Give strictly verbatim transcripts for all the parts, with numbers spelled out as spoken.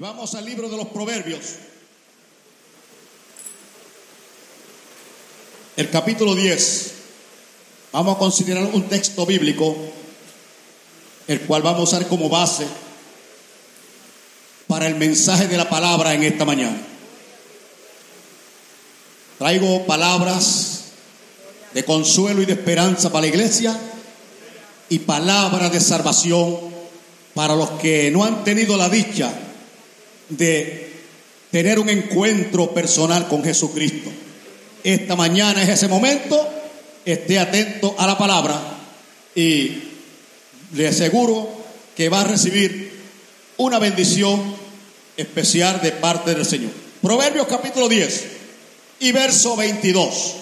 vamos al libro de los Proverbios, el capítulo diez. Vamos a considerar un texto bíblico, el cual vamos a usar como base para el mensaje de la palabra en esta mañana. Traigo palabras de consuelo y de esperanza para la iglesia y palabras de salvación para los que no han tenido la dicha de tener un encuentro personal con Jesucristo. Esta mañana es ese momento. Esté atento a la palabra y le aseguro que va a recibir una bendición especial de parte del Señor. Proverbios capítulo diez y verso veintidós.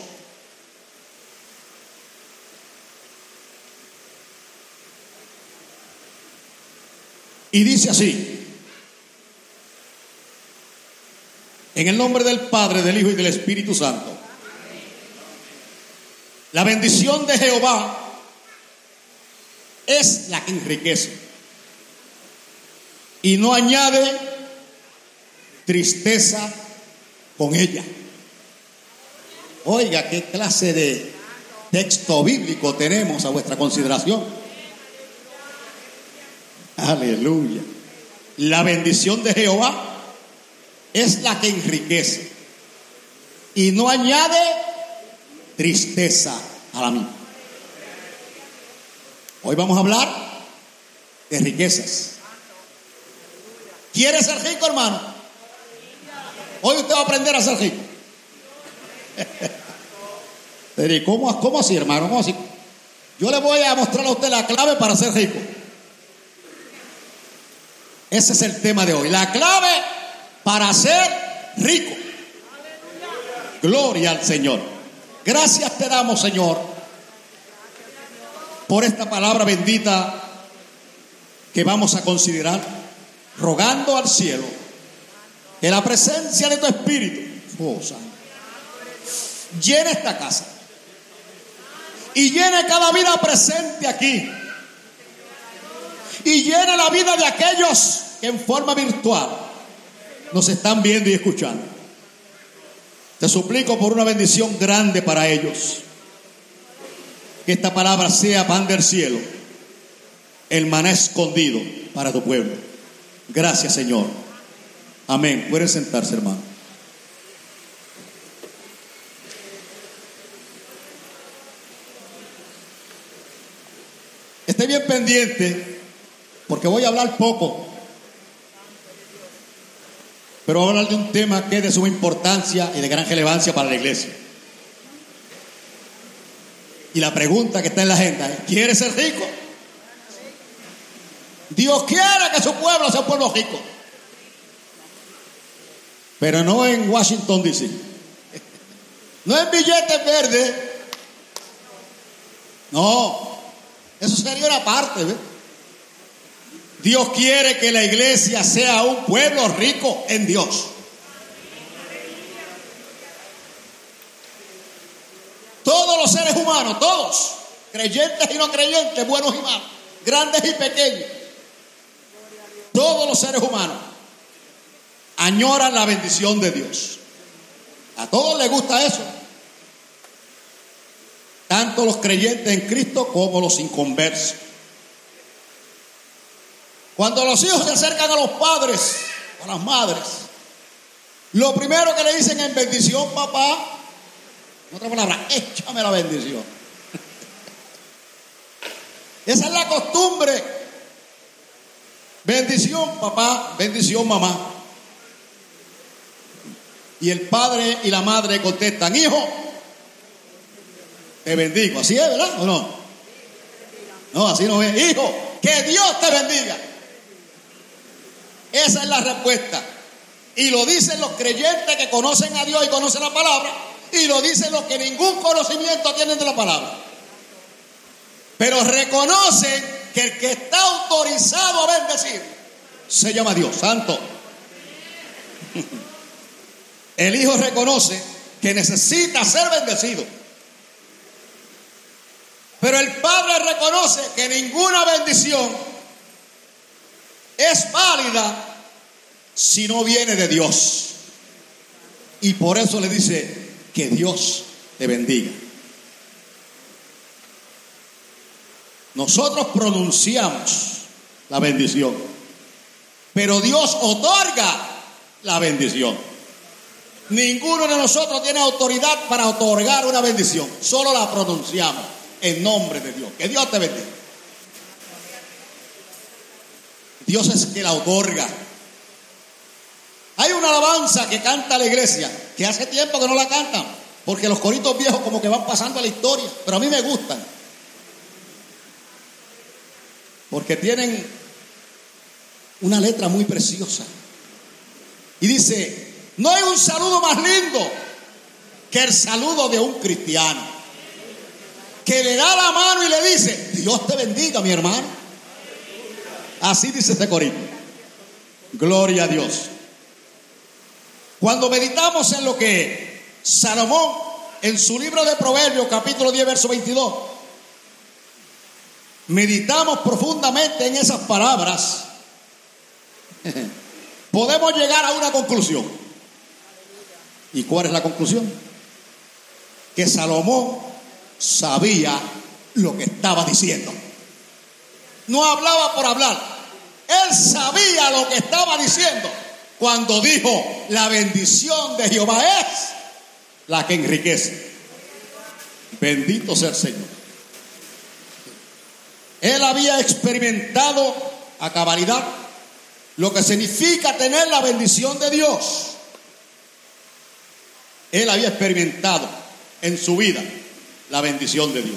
Y dice así: en el nombre del Padre, del Hijo y del Espíritu Santo. La bendición de Jehová es la que enriquece y no añade tristeza con ella. Oiga, qué clase de texto bíblico tenemos a vuestra consideración. Aleluya. La bendición de Jehová es la que enriquece y no añade tristeza a la misma. Hoy vamos a hablar de riquezas. ¿Quiere ser rico, hermano? Hoy usted va a aprender a ser rico. ¿Cómo, cómo así, hermano? ¿Cómo así? Yo le voy a mostrar a usted la clave para ser rico. Ese es el tema de hoy. La clave para ser rico. Gloria al Señor. Gracias te damos, Señor, por esta palabra bendita que vamos a considerar, rogando al cielo que la presencia de tu Espíritu, oh, Santo, llene esta casa y llene cada vida presente aquí y llene la vida de aquellos que en forma virtual nos están viendo y escuchando. Te suplico por una bendición grande para ellos, que esta palabra sea pan del cielo, el maná escondido para tu pueblo. Gracias, Señor. Amén. Pueden sentarse, hermano. Esté bien pendiente, porque voy a hablar poco, pero voy a hablar de un tema que es de suma importancia y de gran relevancia para la iglesia. Y la pregunta que está en la agenda es: ¿quiere ser rico? Dios quiere que su pueblo sea un pueblo rico, pero no en Washington D C, no en billetes verdes. No, eso sería una parte, ¿ves? Dios quiere que la iglesia sea un pueblo rico en Dios. Todos los seres humanos, todos, creyentes y no creyentes, buenos y malos, grandes y pequeños, todos los seres humanos añoran la bendición de Dios. A todos les gusta eso, tanto los creyentes en Cristo como los inconversos. Cuando los hijos se acercan a los padres o a las madres, lo primero que le dicen es: bendición, papá. En otra palabra, échame la bendición. Esa es la costumbre. Bendición, papá. Bendición, mamá. Y el padre y la madre contestan: hijo, te bendigo. Así es, ¿verdad? ¿O no? No, así no es. Hijo, que Dios te bendiga. Esa es la respuesta. Y lo dicen los creyentes que conocen a Dios y conocen la palabra, y lo dicen los que ningún conocimiento tienen de la palabra, pero reconocen que el que está autorizado a bendecir se llama Dios Santo. El hijo reconoce que necesita ser bendecido, pero el padre reconoce que ninguna bendición es válida si no viene de Dios. Y por eso le dice que Dios te bendiga. Nosotros pronunciamos la bendición, pero Dios otorga la bendición. Ninguno de nosotros tiene autoridad para otorgar una bendición, solo la pronunciamos en nombre de Dios. Que Dios te bendiga. Dios es que la otorga. Hay una alabanza que canta la iglesia, que hace tiempo que no la cantan, porque los coritos viejos como que van pasando a la historia, pero a mí me gustan, porque tienen una letra muy preciosa. Y dice: no hay un saludo más lindo que el saludo de un cristiano, que le da la mano y le dice: Dios te bendiga, mi hermano. Así dice este corito. Gloria a Dios. Cuando meditamos en lo que Salomón, en su libro de Proverbios, capítulo diez, verso veintidós, meditamos profundamente en esas palabras, podemos llegar a una conclusión. ¿Y cuál es la conclusión? Que Salomón sabía lo que estaba diciendo. No hablaba por hablar. Él sabía lo que estaba diciendo cuando dijo: la bendición de Jehová es la que enriquece. Bendito sea el Señor. Él había experimentado a cabalidad lo que significa tener la bendición de Dios. Él había experimentado en su vida la bendición de Dios.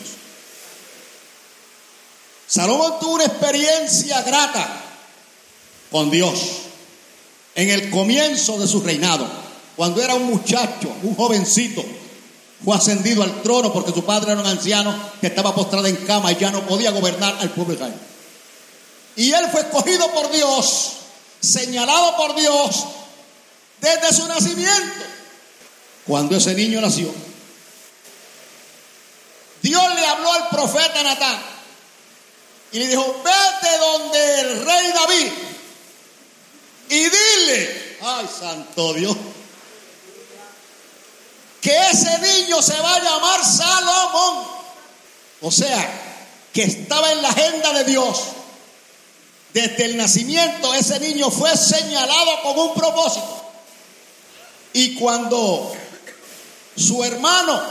Salomón tuvo una experiencia grata con Dios en el comienzo de su reinado, cuando era un muchacho, un jovencito. Fue ascendido al trono porque su padre era un anciano que estaba postrado en cama y ya no podía gobernar al pueblo de Israel. Y él fue escogido por Dios, señalado por Dios desde su nacimiento. Cuando ese niño nació, Dios le habló al profeta Natán y le dijo: vete donde el rey David y dile, ay santo Dios, que ese niño se va a llamar Salomón. O sea, que estaba en la agenda de Dios. Desde el nacimiento ese niño fue señalado con un propósito. Y cuando su hermano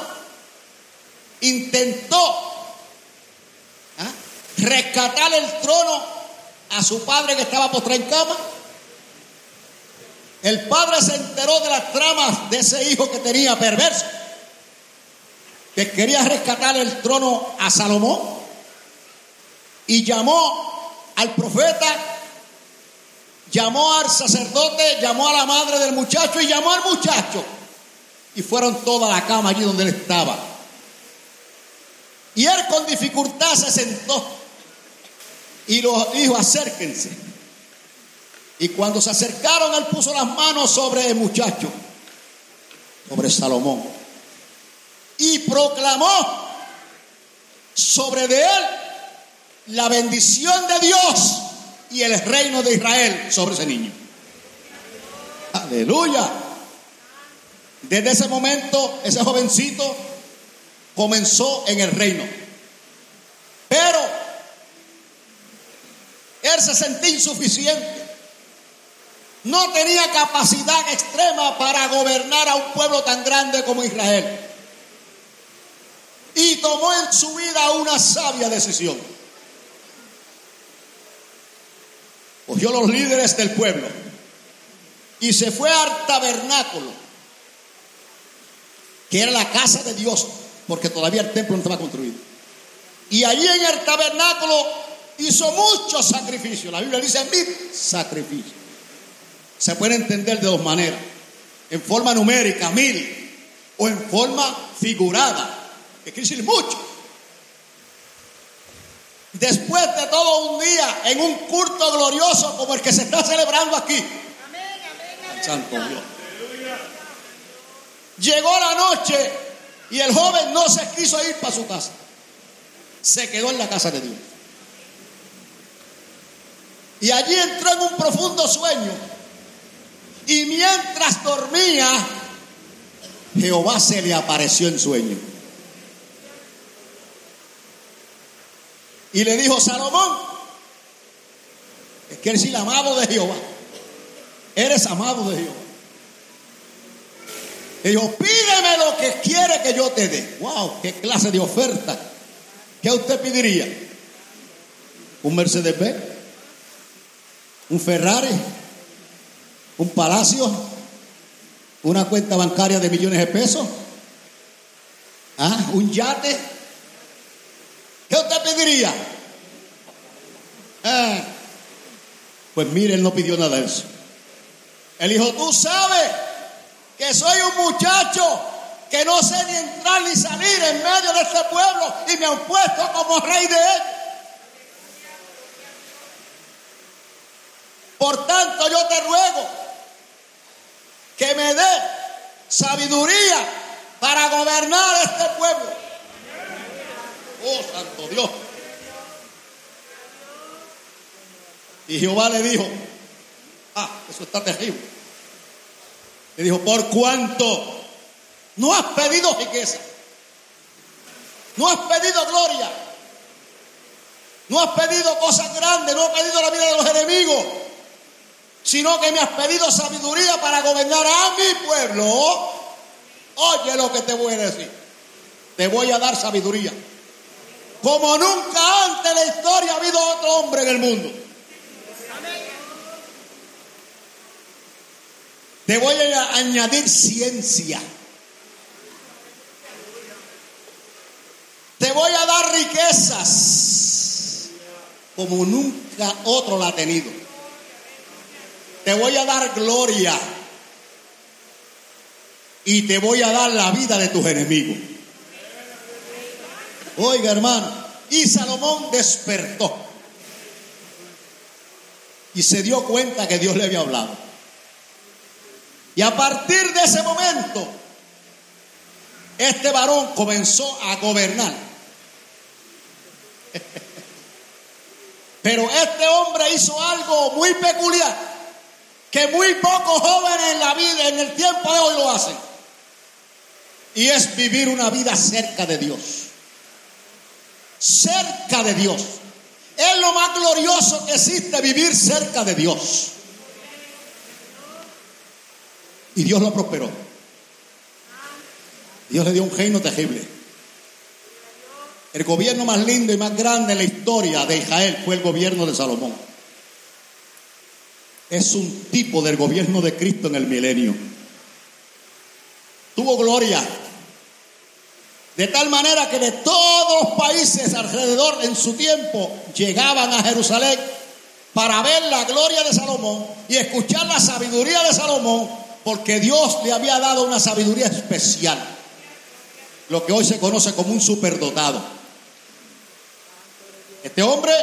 intentó ¿ah? rescatar el trono a su padre que estaba postrado en cama, el padre se enteró de las tramas de ese hijo que tenía perverso, que quería rescatar el trono a Salomón, y llamó al profeta, llamó al sacerdote, llamó a la madre del muchacho y llamó al muchacho. Y fueron toda la cama allí donde él estaba. Y él con dificultad se sentó y los dijo: acérquense. Y cuando se acercaron, él puso las manos sobre el muchacho, sobre Salomón, y proclamó sobre de él la bendición de Dios y el reino de Israel sobre ese niño. Aleluya. Desde ese momento, ese jovencito comenzó en el reino. Pero él se sentía insuficiente. No tenía capacidad extrema para gobernar a un pueblo tan grande como Israel. Y tomó en su vida una sabia decisión. Cogió los líderes del pueblo y se fue al tabernáculo, que era la casa de Dios, porque todavía el templo no estaba construido. Y allí en el tabernáculo hizo muchos sacrificios. La Biblia dice mil sacrificios. Se puede entender de dos maneras: en forma numérica, mil, o en forma figurada, que quiere decir mucho. Después de todo un día en un culto glorioso como el que se está celebrando aquí, amén, amén, amén. Santo Dios. Llegó la noche y el joven no se quiso ir para su casa, se quedó en la casa de Dios. Y allí entró en un profundo sueño. Y mientras dormía, Jehová se le apareció en sueño. Y le dijo: Salomón, es que eres el amado de Jehová. Eres amado de Jehová. Le dijo: pídeme lo que quiere que yo te dé. Wow, qué clase de oferta. ¿Qué usted pediría? ¿Un Mercedes-Benz? ¿Un Ferrari? ¿Un palacio? ¿Una cuenta bancaria de millones de pesos? ¿Ah? ¿Un yate? ¿Qué usted pediría? Ah, pues mire, él no pidió nada de eso. Él dijo: tú sabes que soy un muchacho que no sé ni entrar ni salir en medio de este pueblo y me han puesto como rey de él. Por tanto, yo te ruego que me dé sabiduría para gobernar este pueblo. Oh, santo Dios. Y Jehová le dijo: ah, eso está terrible. Le dijo: por cuanto no has pedido riqueza, no has pedido gloria, no has pedido cosas grandes, no has pedido la vida de los enemigos, sino que me has pedido sabiduría para gobernar a mi pueblo. Oye lo que te voy a decir. Te voy a dar sabiduría como nunca antes en la historia ha habido otro hombre en el mundo. Te voy a añadir ciencia. Te voy a dar riquezas como nunca otro la ha tenido. Te voy a dar gloria y te voy a dar la vida de tus enemigos. Oiga, hermano, y Salomón despertó y se dio cuenta que Dios le había hablado. Y a partir de ese momento, este varón comenzó a gobernar. Pero este hombre hizo algo muy peculiar, que muy pocos jóvenes en la vida, en el tiempo de hoy, lo hacen. Y es vivir una vida cerca de Dios. Cerca de Dios. Es lo más glorioso que existe, vivir cerca de Dios. Y Dios lo prosperó. Dios le dio un reino terrible. El gobierno más lindo y más grande en la historia de Israel fue el gobierno de Salomón. Es un tipo del gobierno de Cristo en el milenio. Tuvo gloria, de tal manera que de todos los países alrededor en su tiempo llegaban a Jerusalén para ver la gloria de Salomón y escuchar la sabiduría de Salomón, porque Dios le había dado una sabiduría especial, lo que hoy se conoce como un superdotado. Este hombre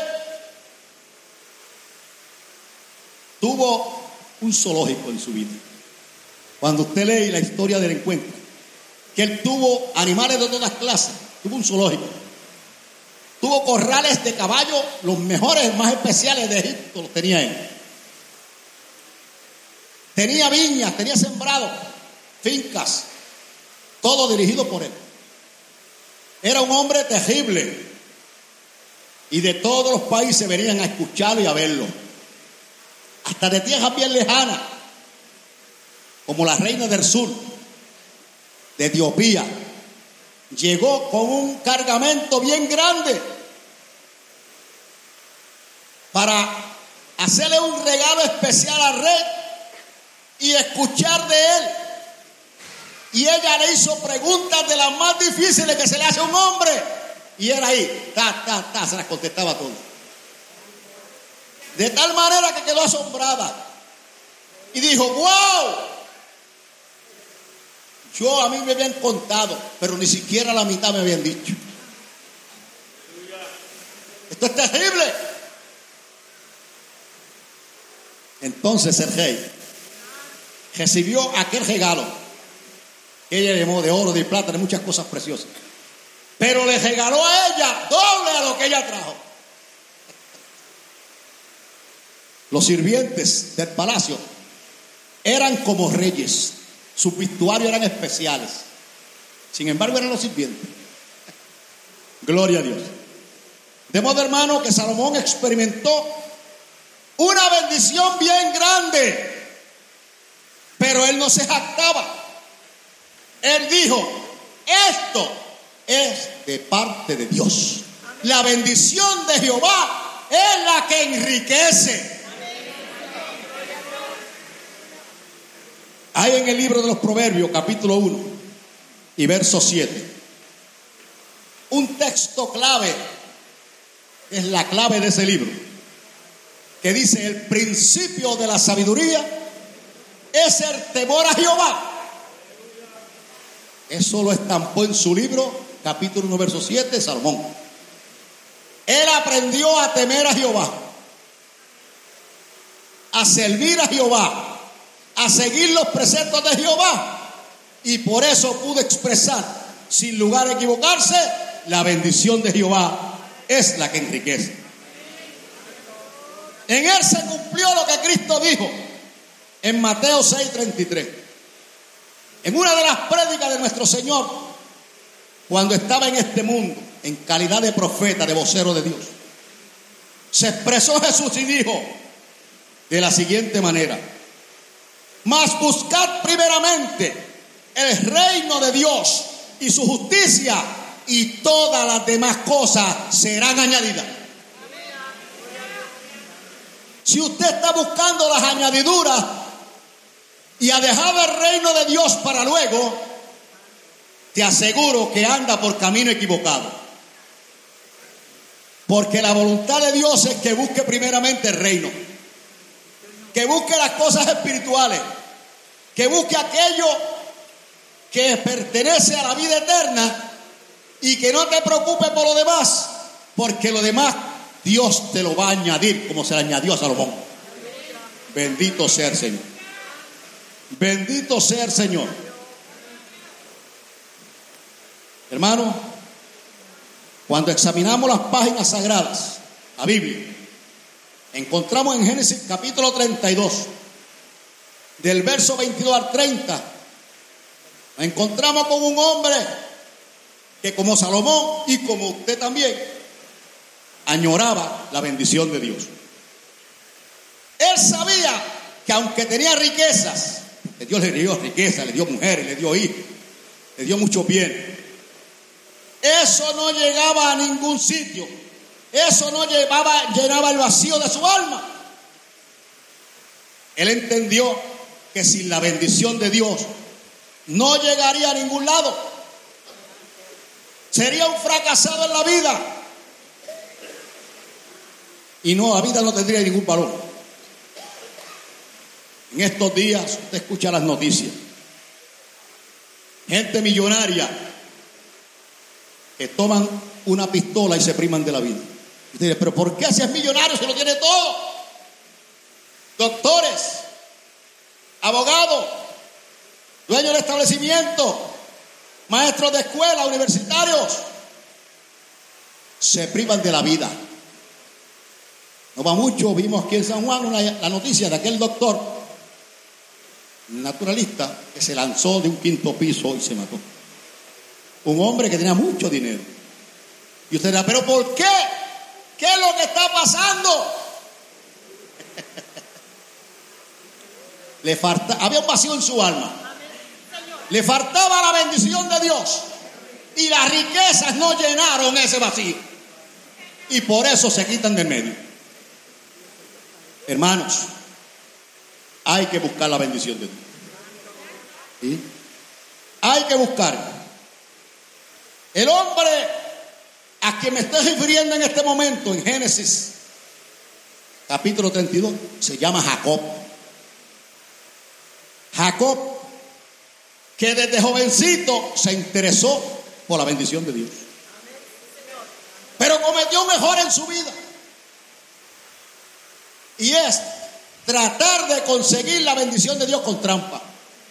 tuvo un zoológico en su vida. Cuando usted lee la historia del encuentro, que él tuvo animales de todas clases, tuvo un zoológico, tuvo corrales de caballos, los mejores, más especiales de Egipto, los tenía él. Tenía viñas, tenía sembrados, fincas, todo dirigido por él. Era un hombre terrible y de todos los países venían a escucharlo y a verlo, hasta de tierras bien lejanas, como la reina del sur, de Etiopía, llegó con un cargamento bien grande para hacerle un regalo especial al rey y escuchar de él. Y ella le hizo preguntas de las más difíciles que se le hace a un hombre, y era ahí, ta, ta, ta, se las contestaba todo. De tal manera que quedó asombrada y dijo: wow, yo a mí me habían contado, pero ni siquiera la mitad me habían dicho. Esto es terrible. Entonces el rey recibió aquel regalo que ella llamó de oro, de plata, de muchas cosas preciosas, pero le regaló a ella doble a lo que ella trajo. Los sirvientes del palacio eran como reyes, sus vestuarios eran especiales, sin embargo eran los sirvientes. Gloria a Dios. De modo, hermano, que Salomón experimentó una bendición bien grande, pero él no se jactaba. Él dijo: esto es de parte de Dios. La bendición de Jehová es la que enriquece. Hay en el libro de los Proverbios, capítulo uno y verso siete, un texto clave, es la clave de ese libro, que dice: el principio de la sabiduría es el temor a Jehová. Eso lo estampó en su libro, capítulo uno, verso siete, Salomón. Él aprendió a temer a Jehová, a servir a Jehová, a seguir los preceptos de Jehová, y por eso pudo expresar, sin lugar a equivocarse, la bendición de Jehová es la que enriquece. En él se cumplió lo que Cristo dijo en Mateo seis, treinta y tres. En una de las prédicas de nuestro Señor, cuando estaba en este mundo, en calidad de profeta, de vocero de Dios, se expresó Jesús y dijo de la siguiente manera: mas buscad primeramente el reino de Dios y su justicia, y todas las demás cosas serán añadidas. Si usted está buscando las añadiduras y ha dejado el reino de Dios para luego, te aseguro que anda por camino equivocado. Porque la voluntad de Dios es que busque primeramente el reino, que busque las cosas espirituales, que busque aquello que pertenece a la vida eterna, y que no te preocupes por lo demás, porque lo demás Dios te lo va a añadir, como se le añadió a Salomón. Bendito sea el Señor. Bendito sea el Señor. Hermano, cuando examinamos las páginas sagradas, la Biblia, encontramos en Génesis capítulo treinta y dos, del verso veintidós al treinta, nos encontramos con un hombre que, como Salomón y como usted también, añoraba la bendición de Dios. Él sabía que aunque tenía riquezas, que Dios le dio riquezas, le dio mujeres, le dio hijos, le dio mucho bien, eso no llegaba a ningún sitio. Eso no llevaba, llenaba el vacío de su alma. Él entendió que sin la bendición de Dios no llegaría a ningún lado. Sería un fracasado en la vida. Y no, la vida no tendría ningún valor. En estos días usted escucha las noticias. Gente millonaria que toman una pistola y se priman de la vida. Usted dice: pero ¿por qué si es millonario se lo tiene todo? Doctores, abogados, dueños de establecimientos, maestros de escuela, universitarios, se privan de la vida. No va mucho, vimos aquí en San Juan una, la noticia de aquel doctor naturalista que se lanzó de un quinto piso y se mató. Un hombre que tenía mucho dinero. Y usted dirá: ¿pero por qué? ¿Qué es lo que está pasando? Le falta, había un vacío en su alma. Le faltaba la bendición de Dios. Y las riquezas no llenaron ese vacío. Y por eso se quitan de medio. Hermanos, hay que buscar la bendición de Dios. ¿Sí? Hay que buscar. El hombre a quien me estoy refiriendo en este momento, en Génesis capítulo treinta y dos, se llama Jacob. Jacob, que desde jovencito se interesó por la bendición de Dios, pero cometió un error en su vida, y es tratar de conseguir la bendición de Dios con trampa.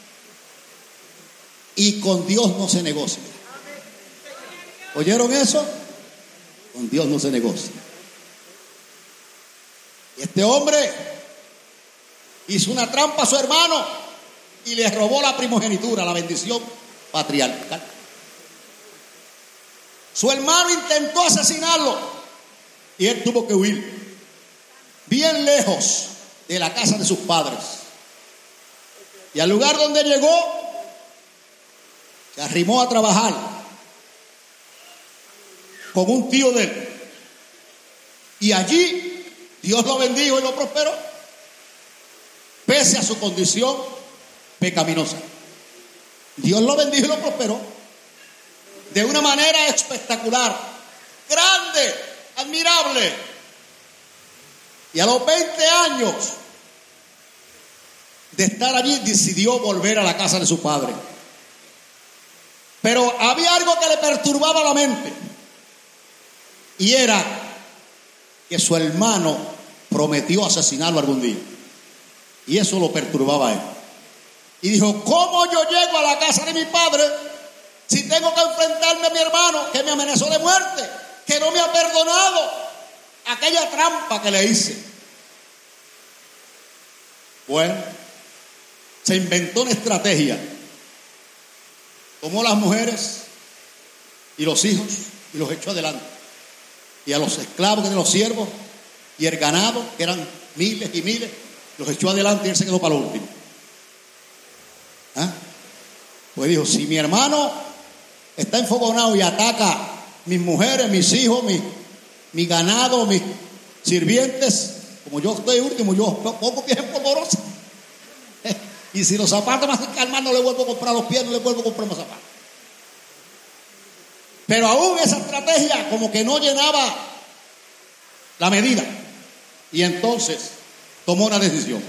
Y con Dios no se negocia. ¿Oyeron eso? Con Dios no se negocia. Y este hombre hizo una trampa a su hermano y le robó la primogenitura, la bendición patriarcal. Su hermano intentó asesinarlo y él tuvo que huir bien lejos de la casa de sus padres. Y al lugar donde llegó, se arrimó a trabajar con un tío de él. Y allí Dios lo bendijo y lo prosperó, pese a su condición pecaminosa. Dios lo bendijo y lo prosperó de una manera espectacular, grande, admirable. Y a los veinte años de estar allí decidió volver a la casa de su padre. Pero había algo que le perturbaba la mente, y era que su hermano prometió asesinarlo algún día, y eso lo perturbaba a él. Y dijo: ¿cómo yo llego a la casa de mi padre si tengo que enfrentarme a mi hermano que me amenazó de muerte, que no me ha perdonado aquella trampa que le hice? Bueno, se inventó una estrategia. Tomó las mujeres y los hijos y los echó adelante. Y a los esclavos, que eran los siervos, y el ganado, que eran miles y miles, los echó adelante y él se quedó para lo último. ¿Ah? Pues dijo: si mi hermano está enfogonado y ataca mis mujeres, mis hijos, mi, mi ganado, mis sirvientes, como yo estoy último, yo poco pies en polvorosa. Y si los zapatos me hacen calmar, no le vuelvo a comprar los pies, no le vuelvo a comprar más zapatos. Pero aún esa estrategia como que no llenaba la medida. Y entonces tomó una decisión.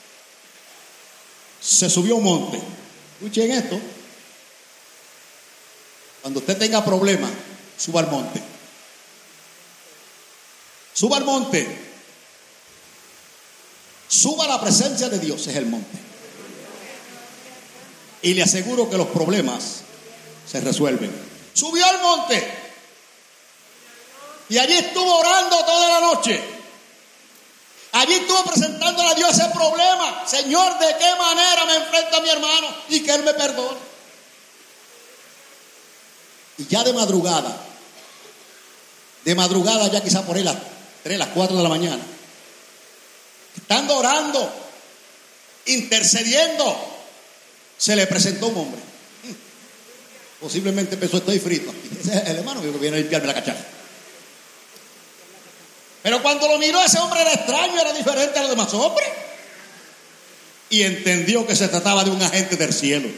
Se subió a un monte. Escuchen esto. Cuando usted tenga problemas, suba al monte. Suba al monte. Suba a la presencia de Dios, es el monte. Y le aseguro que los problemas se resuelven. Subió al monte y allí estuvo orando toda la noche. Allí estuvo presentándole a Dios ese problema. Señor, ¿de qué manera me enfrento a mi hermano y que Él me perdone? Y ya de madrugada, de madrugada ya quizá por ahí las tres, las cuatro de la mañana, estando orando, intercediendo, se le presentó un hombre. Posiblemente pensó: estoy frito. Ese es el hermano que viene a limpiarme la cachaza. Pero cuando lo miró, ese hombre era extraño, era diferente a los demás hombres. Y entendió que se trataba de un agente del cielo,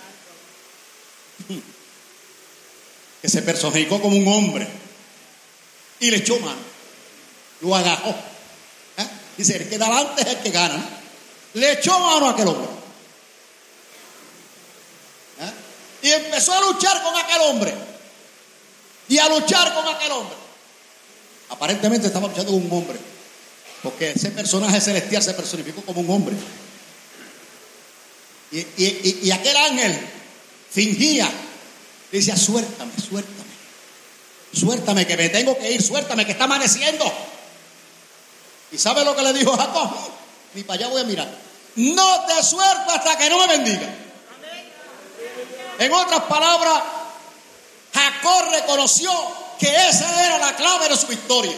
que se personificó como un hombre y le echó mano, lo agajó. ¿Eh? Dice: el que da adelante es el que gana, ¿no? Le echó mano a aquel hombre. ¿Eh? Y empezó a luchar con aquel hombre. Y a luchar con aquel hombre. Aparentemente estaba luchando con un hombre, porque ese personaje celestial se personificó como un hombre. Y, y, y, y aquel ángel fingía, decía: suéltame, suéltame, suéltame, que me tengo que ir, suéltame, que está amaneciendo. ¿Y sabe lo que le dijo Jacob? Ni para allá voy a mirar. No te suelto hasta que no me bendiga. En otras palabras, Jacob reconoció que esa era la clave de su victoria.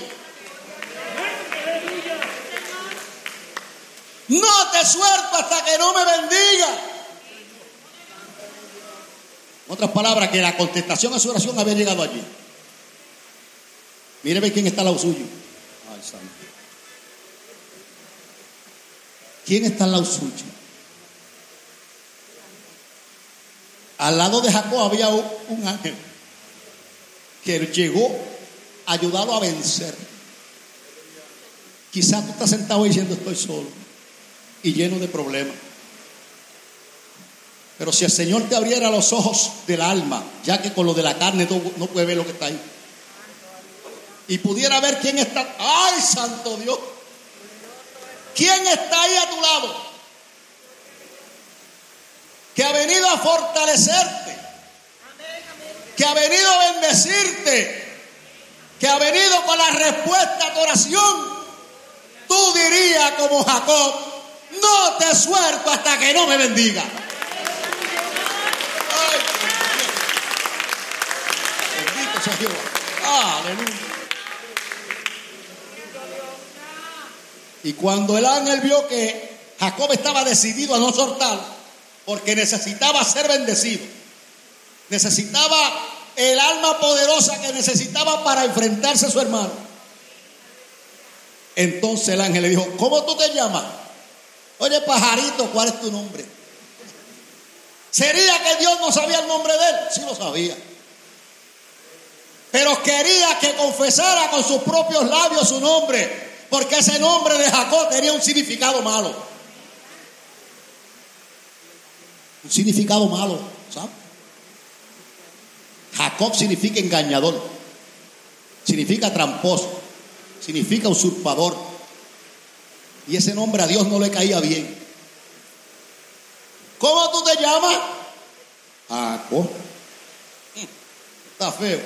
No te suelto hasta que no me bendiga. En otras palabras, que la contestación a su oración había llegado allí. Mire quién está al lado suyo. Ay, santo. ¿Quién está al lado suyo? Al lado de Jacob había un, un ángel que llegó a ayudarlo a vencer. Quizás tú estás sentado diciendo: estoy solo y lleno de problemas. Pero si el Señor te abriera los ojos del alma, ya que con lo de la carne tú no puedes ver lo que está ahí, y pudiera ver quién está. ¡Ay, santo Dios! ¿Quién está ahí a tu lado? Que ha venido a fortalecerte, que ha venido a bendecirte, que ha venido con la respuesta a tu oración. Tú dirías como Jacob: no te suelto hasta que no me bendiga. Ay, bendito sea Jehová. Aleluya. Y cuando el ángel vio que Jacob estaba decidido a no soltar, porque necesitaba ser bendecido, necesitaba el alma poderosa que necesitaba para enfrentarse a su hermano, entonces el ángel le dijo: ¿cómo tú te llamas? Oye, pajarito, ¿cuál es tu nombre? ¿Sería que Dios no sabía el nombre de él? Sí lo sabía, pero quería que confesara con sus propios labios su nombre, porque ese nombre de Jacob tenía un significado malo. Un significado malo, ¿sabes? Jacob significa engañador, significa tramposo, significa usurpador. Y ese nombre a Dios no le caía bien. ¿Cómo tú te llamas? Jacob. Está feo.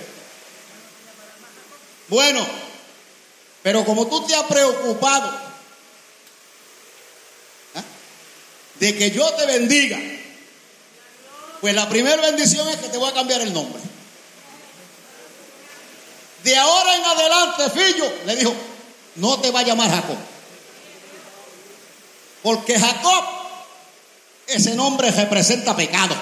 Bueno, pero como tú te has preocupado ¿eh? de que yo te bendiga, pues la primera bendición es que te voy a cambiar el nombre. De ahora en adelante, fillo, le dijo, no te va a llamar Jacob. Porque Jacob, ese nombre representa pecado.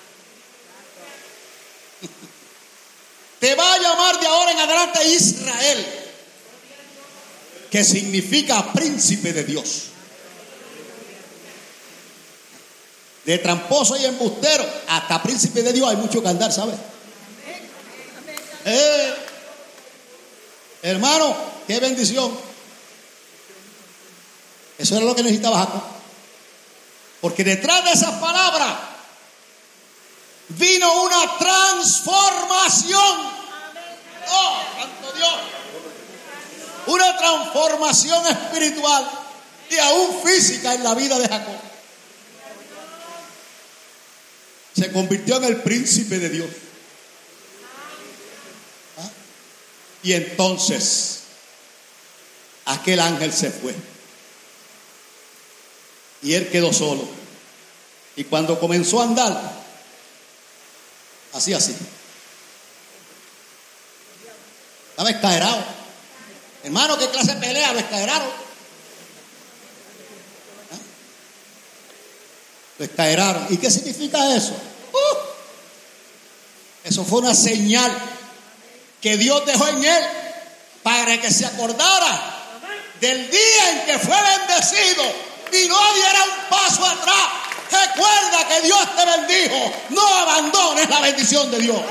Te va a llamar de ahora en adelante Israel, que significa príncipe de Dios. De tramposo y embustero hasta príncipe de Dios hay mucho que andar, ¿sabes? Eh, hermano, qué bendición. Eso era lo que necesitaba Jacob. Porque detrás de esas palabras vino una transformación. ¡Oh, santo Dios! Una transformación espiritual y aún física en la vida de Jacob. Se convirtió en el príncipe de Dios. ¿Ah? Y entonces aquel ángel se fue y él quedó solo. Y cuando comenzó a andar, así, así, estaba escaerado. Hermano, ¿qué clase de pelea? Lo escaeraron. ¿Ah? Lo escaeraron. ¿Y qué significa eso? Uh, eso fue una señal que Dios dejó en él para que se acordara del día en que fue bendecido y no diera un paso atrás. Recuerda que Dios te bendijo. No abandones la bendición de Dios.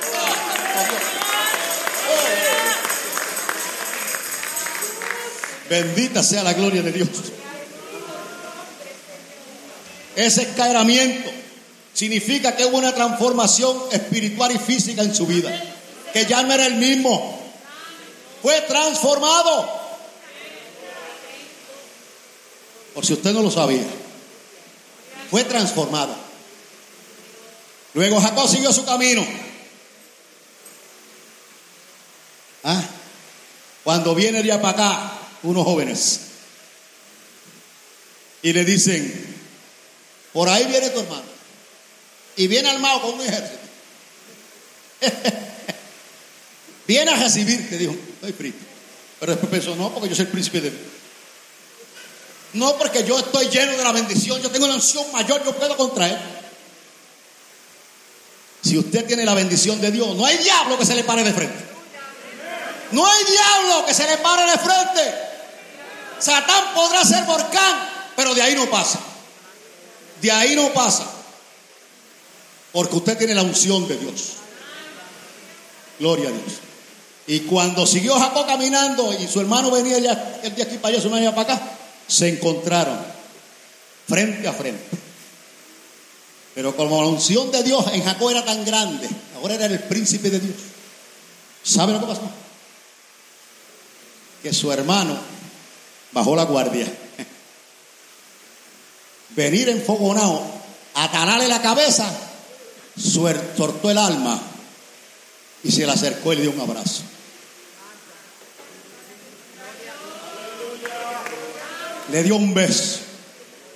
Bendita sea la gloria de Dios. Ese escaeramiento significa que hubo una transformación espiritual y física en su vida, que ya no era el mismo. Fue transformado. Por si usted no lo sabía, fue transformado. Luego Jacob siguió su camino. ¿Ah? Cuando viene de para acá unos jóvenes y le dicen, por ahí viene tu hermano y viene armado con un ejército. Viene a recibirte, dijo, estoy frío. Pero después pensó, no, porque yo soy el príncipe de Dios. No, porque yo estoy lleno de la bendición, yo tengo una unción mayor, yo puedo contra él. Si usted tiene la bendición de Dios, no hay diablo que se le pare de frente. No hay diablo que se le pare de frente. Satán podrá ser volcán, pero de ahí no pasa. De ahí no pasa. Porque usted tiene la unción de Dios. Gloria a Dios. Y cuando siguió Jacob caminando y su hermano venía ya, el de aquí para allá, su hermano venía para acá, se encontraron frente a frente. Pero como la unción de Dios en Jacob era tan grande, ahora era el príncipe de Dios. ¿Sabe lo que pasó? Que su hermano bajó la guardia. Venir enfogonado a talarle la cabeza, soltó el alma y se le acercó y le dio un abrazo. Le dio un beso.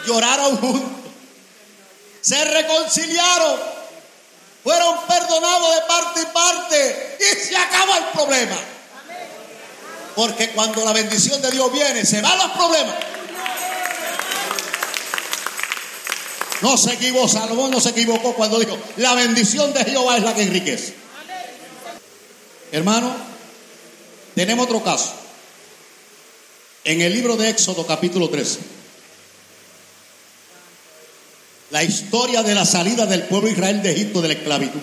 lloraron juntos, se reconciliaron, fueron perdonados de parte y parte y se acabó el problema. Porque cuando la bendición de Dios viene, se van los problemas. No se equivocó, Salomón no se equivocó cuando dijo: la bendición de Jehová es la que enriquece. Hermano, tenemos otro caso. En el libro de Éxodo capítulo trece, la historia de la salida del pueblo de Israel de Egipto de la esclavitud.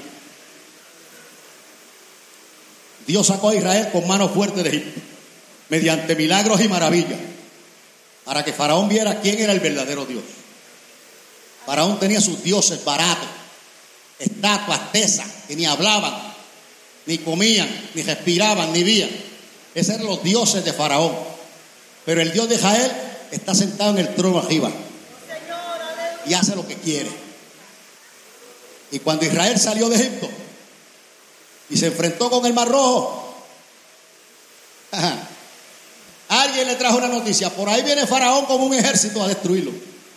Dios sacó a Israel con mano fuerte de Egipto, mediante milagros y maravillas, para que Faraón viera quién era el verdadero Dios. Faraón tenía sus dioses baratos, estatuas, tesas, que ni hablaban, ni comían, ni respiraban, ni vían. Esos eran los dioses de Faraón. Pero el Dios de Israel está sentado en el trono arriba y hace lo que quiere. Y cuando Israel salió de Egipto y se enfrentó con el Mar Rojo, ajá, alguien le trajo una noticia: por ahí viene Faraón con un ejército a destruirlo.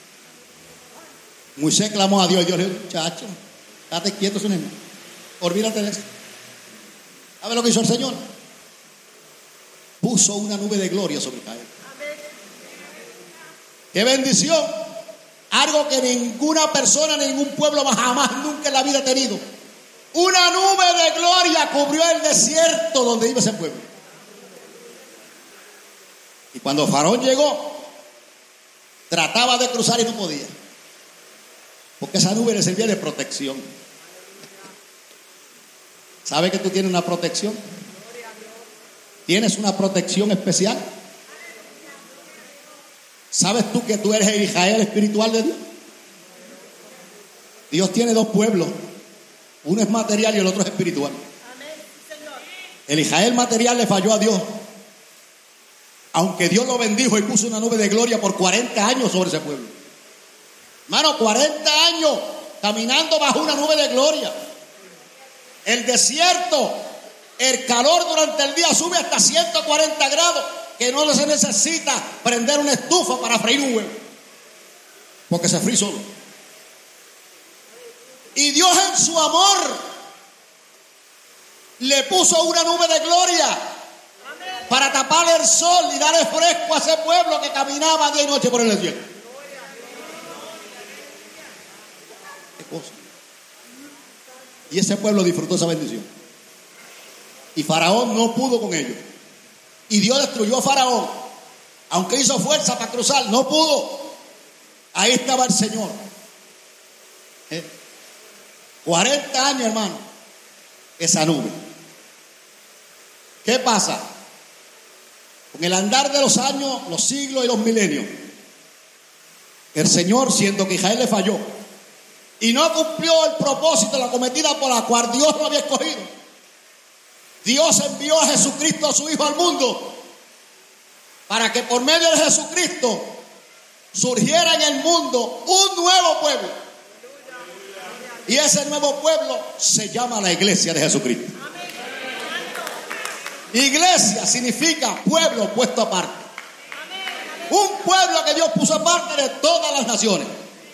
Moisés clamó a Dios y Dios le dijo: muchacho, estate quieto, su niño, olvídate de eso. ¿Sabe lo que hizo el Señor? Puso una nube de gloria sobre Israel. ¡Qué bendición! Algo que ninguna persona, ningún pueblo jamás, nunca en la vida ha tenido. Una nube de gloria cubrió el desierto donde iba ese pueblo. Y cuando Faraón llegó, trataba de cruzar y no podía, porque esa nube le servía de protección. ¿Sabe que tú tienes una protección? ¿Tienes una protección especial? ¿Sabes tú que tú eres el Israel espiritual de Dios? Dios tiene dos pueblos. Uno es material y el otro es espiritual. El Israel material le falló a Dios, aunque Dios lo bendijo y puso una nube de gloria por cuarenta años sobre ese pueblo. Hermano, cuarenta años caminando bajo una nube de gloria. El desierto, el calor durante el día sube hasta ciento cuarenta grados, que no se necesita prender una estufa para freír un huevo, porque se fríe solo. Y Dios en su amor le puso una nube de gloria para tapar el sol y darle fresco a ese pueblo que caminaba día y noche por el desierto. ¿Qué cosa? Y ese pueblo disfrutó esa bendición. Y Faraón no pudo con ellos. Y Dios destruyó a Faraón. Aunque hizo fuerza para cruzar, no pudo. Ahí estaba el Señor. ¿Eh? cuarenta años, hermano. Esa nube. ¿Qué pasa? Con el andar de los años, los siglos y los milenios, el Señor, siendo que Israel le falló y no cumplió el propósito, la cometida por la cual Dios lo había escogido, Dios envió a Jesucristo, a su Hijo, al mundo, para que por medio de Jesucristo surgiera en el mundo un nuevo pueblo. Y ese nuevo pueblo se llama la Iglesia de Jesucristo. Iglesia significa pueblo puesto aparte. Un pueblo que Dios puso aparte de todas las naciones.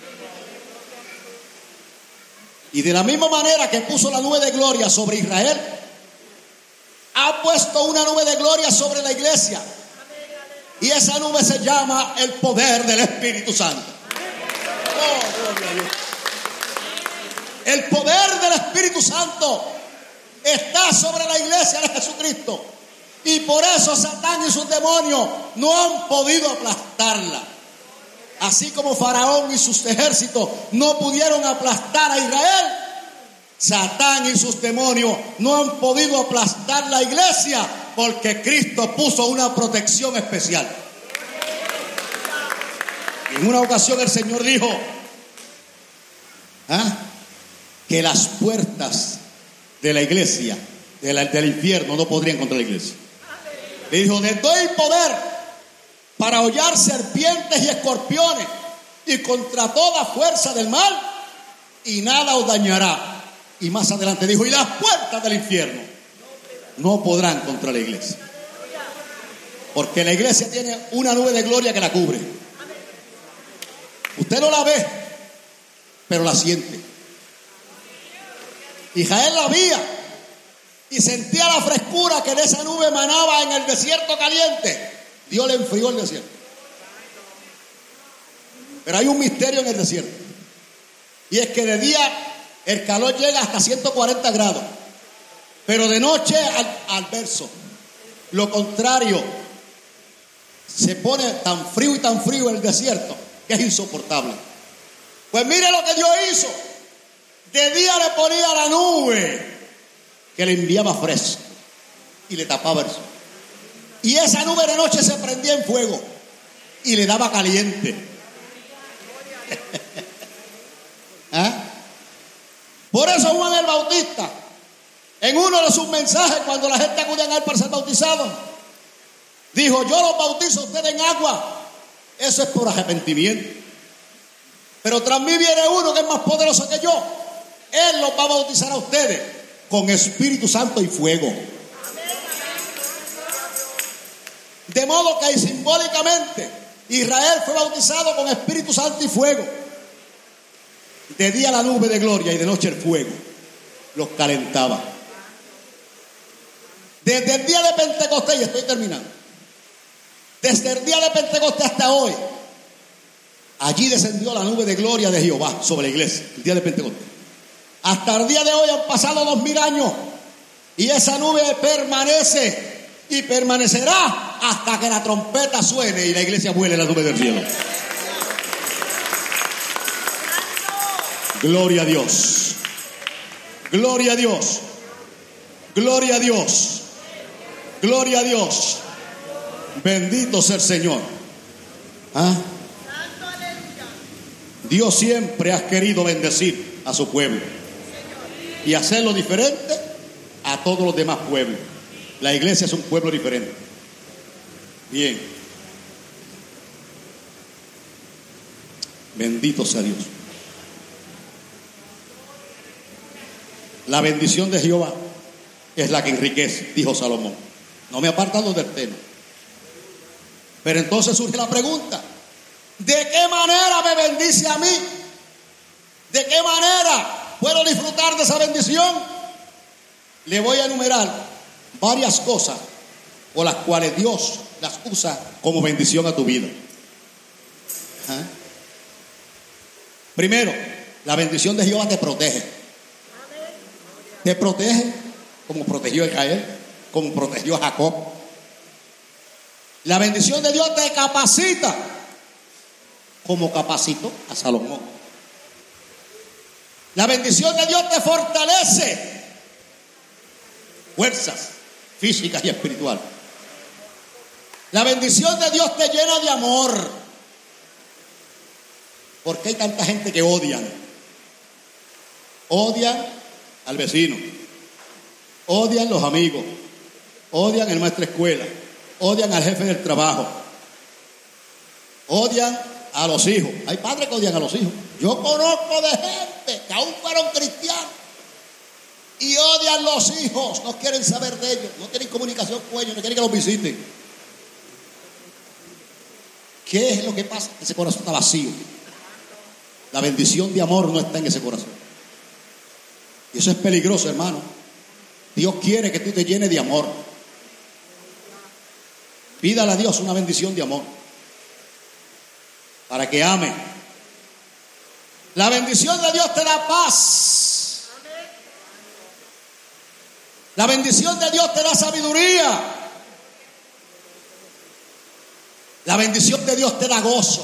Y de la misma manera que puso la nube de gloria sobre Israel, ha puesto una nube de gloria sobre la iglesia. Y esa nube se llama el poder del Espíritu Santo. Oh, gloria a Dios. El poder del Espíritu Santo está sobre la iglesia de Jesucristo. Y por eso Satán y sus demonios no han podido aplastarla. Así como Faraón y sus ejércitos no pudieron aplastar a Israel, Satán y sus demonios no han podido aplastar la iglesia, porque Cristo puso una protección especial. En una ocasión el Señor dijo, ¿ah?, que las puertas de la iglesia, de la, del infierno, no podrían contra la iglesia. Le dijo, les doy poder para hollar serpientes y escorpiones y contra toda fuerza del mal, y nada os dañará. Y más adelante dijo, y las puertas del infierno no podrán contra la iglesia, porque la iglesia tiene una nube de gloria que la cubre. Usted no la ve, pero la siente. Israel la veía y sentía la frescura que de esa nube emanaba en el desierto caliente. Dios le enfrió el desierto. Pero hay un misterio en el desierto, y es que de día el calor llega hasta ciento cuarenta grados, pero de noche al, al verso, lo contrario, se pone tan frío y tan frío el desierto que es insoportable. Pues mire lo que Dios hizo. De día le ponía la nube que le enviaba fresco y le tapaba el sol, y esa nube de noche se prendía en fuego y le daba caliente. ¿Ah? Por eso Juan el Bautista, en uno de sus mensajes, cuando la gente acudía a él para ser bautizado, dijo: yo los bautizo a ustedes en agua, eso es por arrepentimiento, pero tras mí viene uno que es más poderoso que yo. Él los va a bautizar a ustedes con Espíritu Santo y fuego. De modo que simbólicamente Israel fue bautizado con Espíritu Santo y fuego. De día la nube de gloria y de noche el fuego los calentaba. Desde el día de Pentecostés, y estoy terminando, desde el día de Pentecostés hasta hoy, allí descendió la nube de gloria de Jehová sobre la iglesia, el día de Pentecostés. Hasta el día de hoy han pasado dos mil años y esa nube permanece y permanecerá hasta que la trompeta suene y la iglesia vuele en la nube del cielo. Gloria a Dios, gloria a Dios, gloria a Dios, gloria a Dios. Bendito sea el Señor. ¿Ah? Dios siempre ha querido bendecir a su pueblo y hacerlo diferente a todos los demás pueblos. La iglesia es un pueblo diferente. Bien. Bendito sea Dios. La bendición de Jehová es la que enriquece, dijo Salomón. No me he apartado del tema. Pero entonces surge la pregunta: ¿de qué manera me bendice a mí? ¿De qué manera puedo disfrutar de esa bendición? Le voy a enumerar varias cosas por las cuales Dios las usa como bendición a tu vida. ¿Ah? Primero, la bendición de Jehová te protege. Te protege como protegió a Israel, como protegió a Jacob. La bendición de Dios te capacita como capacitó a Salomón. La bendición de Dios te fortalece fuerzas físicas y espirituales. La bendición de Dios te llena de amor. ¿Por qué hay tanta gente que odian? Odian al vecino, odian los amigos, odian el maestro de escuela, odian al jefe del trabajo, odian a los hijos. Hay padres que odian a los hijos. Yo conozco de gente que aún fueron cristianos y odian los hijos, no quieren saber de ellos, no tienen comunicación con ellos, no quieren que los visiten. ¿Qué es lo que pasa? Ese corazón está vacío. La bendición de amor no está en ese corazón. Y eso es peligroso, hermano. Dios quiere que tú te llenes de amor. Pídale a Dios una bendición de amor para que ame. La bendición de Dios te da paz. La bendición de Dios te da sabiduría. La bendición de Dios te da gozo.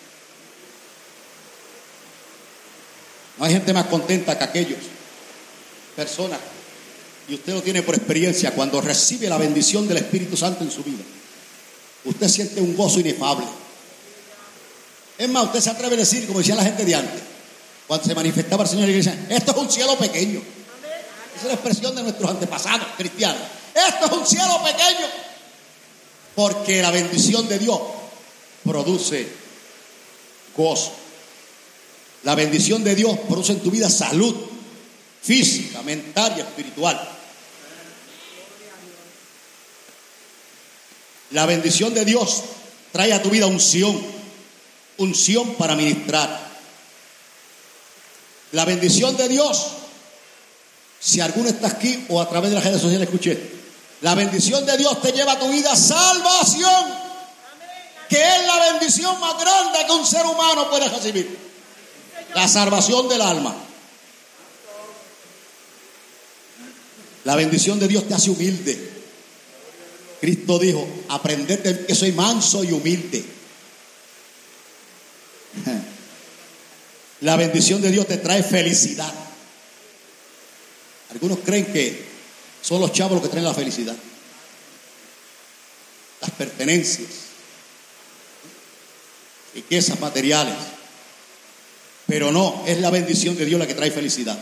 No hay gente más contenta que aquellos personas, y usted lo tiene por experiencia, cuando recibe la bendición del Espíritu Santo en su vida, usted siente un gozo inefable. Es más, usted se atreve a decir, como decía la gente de antes, cuando se manifestaba el Señor en la iglesia: esto es un cielo pequeño. Esa es la expresión de nuestros antepasados cristianos. Esto es un cielo pequeño. Porque la bendición de Dios produce gozo. La bendición de Dios produce en tu vida salud física, mental y espiritual. La bendición de Dios trae a tu vida unción, unción para ministrar. La bendición de Dios, si alguno está aquí o a través de las redes sociales escuché, la bendición de Dios te lleva a tu vida salvación, que es la bendición más grande que un ser humano puede recibir. La salvación del alma. La bendición de Dios te hace humilde. Cristo dijo, aprended de mí que soy manso y humilde. La bendición de Dios te trae felicidad. Algunos creen que son los chavos los que traen la felicidad, las pertenencias, riquezas materiales. Pero no, es la bendición de Dios la que trae felicidad.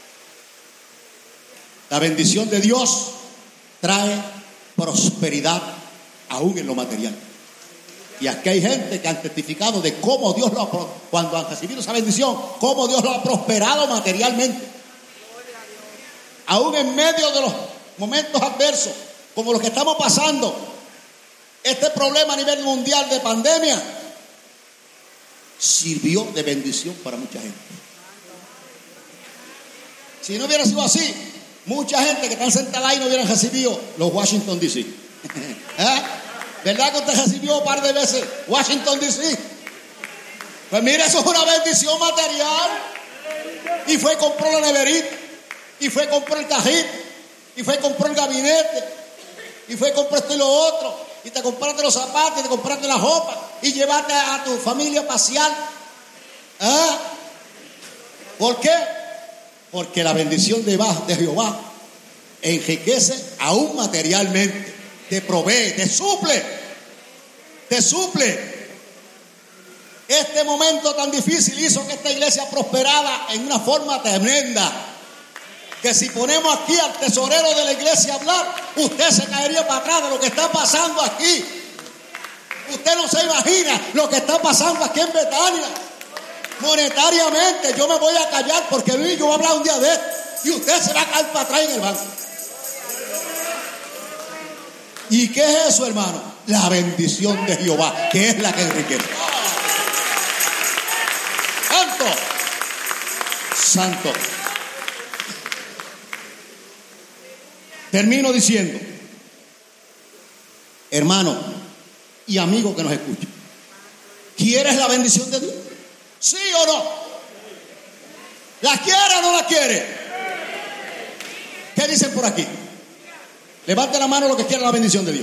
La bendición de Dios trae prosperidad aún en lo material. Y aquí hay gente que han testificado de cómo Dios lo ha, cuando han recibido esa bendición, cómo Dios lo ha prosperado materialmente. Aún en medio de los momentos adversos, como los que estamos pasando, este problema a nivel mundial de pandemia, sirvió de bendición para mucha gente. Si no hubiera sido así, mucha gente que están sentada ahí no hubieran recibido los Washington D C ¿Eh? ¿Verdad que usted recibió un par de veces Washington D C? Pues mire, eso es una bendición material. Y fue y compró la neverita, y fue y compró el cajito, y fue y compró el gabinete, y fue y compró esto y lo otro, y te compraste los zapatos, y te compraste la ropa, y llevaste a tu familia a pasear. ¿Eh? ¿Por qué? Porque la bendición de Jehová enriquece aún materialmente, te provee, te suple, te suple. Este momento tan difícil hizo que esta iglesia prosperara en una forma tremenda, que si ponemos aquí al tesorero de la iglesia a hablar, usted se caería para atrás de lo que está pasando aquí. Usted no se imagina lo que está pasando aquí en Betania. Monetariamente yo me voy a callar porque yo voy a hablar un día de esto y usted se va a caer para atrás en el banco. ¿Y qué es eso, hermano? La bendición de Jehová, que es la que enriquece. Santo, santo. Termino diciendo, hermano y amigo que nos escucha, ¿quieres la bendición de Dios? ¿Sí o no? ¿La quiere o no la quiere? ¿Qué dicen por aquí? Levante la mano los que quieren la bendición de Dios.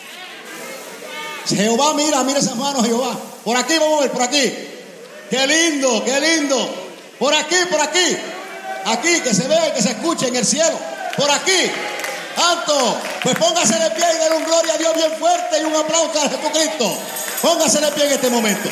Jehová, mira, mira esas manos, Jehová. Por aquí, vamos a ver, por aquí. Qué lindo, qué lindo. Por aquí, por aquí. Aquí, que se vea y que se escuche en el cielo. Por aquí. Santo. Pues póngase de pie y denle un gloria a Dios bien fuerte y un aplauso a Jesucristo. Póngase de pie en este momento.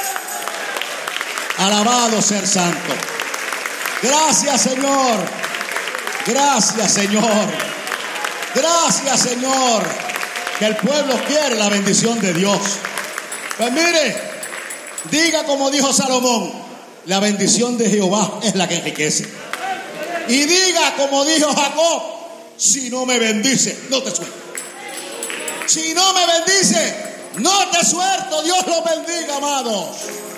Alabado ser santo. Gracias, Señor. Gracias, Señor. Gracias, Señor. Que el pueblo quiere la bendición de Dios. Pues mire, diga como dijo Salomón, la bendición de Jehová es la que enriquece. Y diga como dijo Jacob, si no me bendice, no te suelto. Si no me bendice, no te suelto. Dios los bendiga, amados.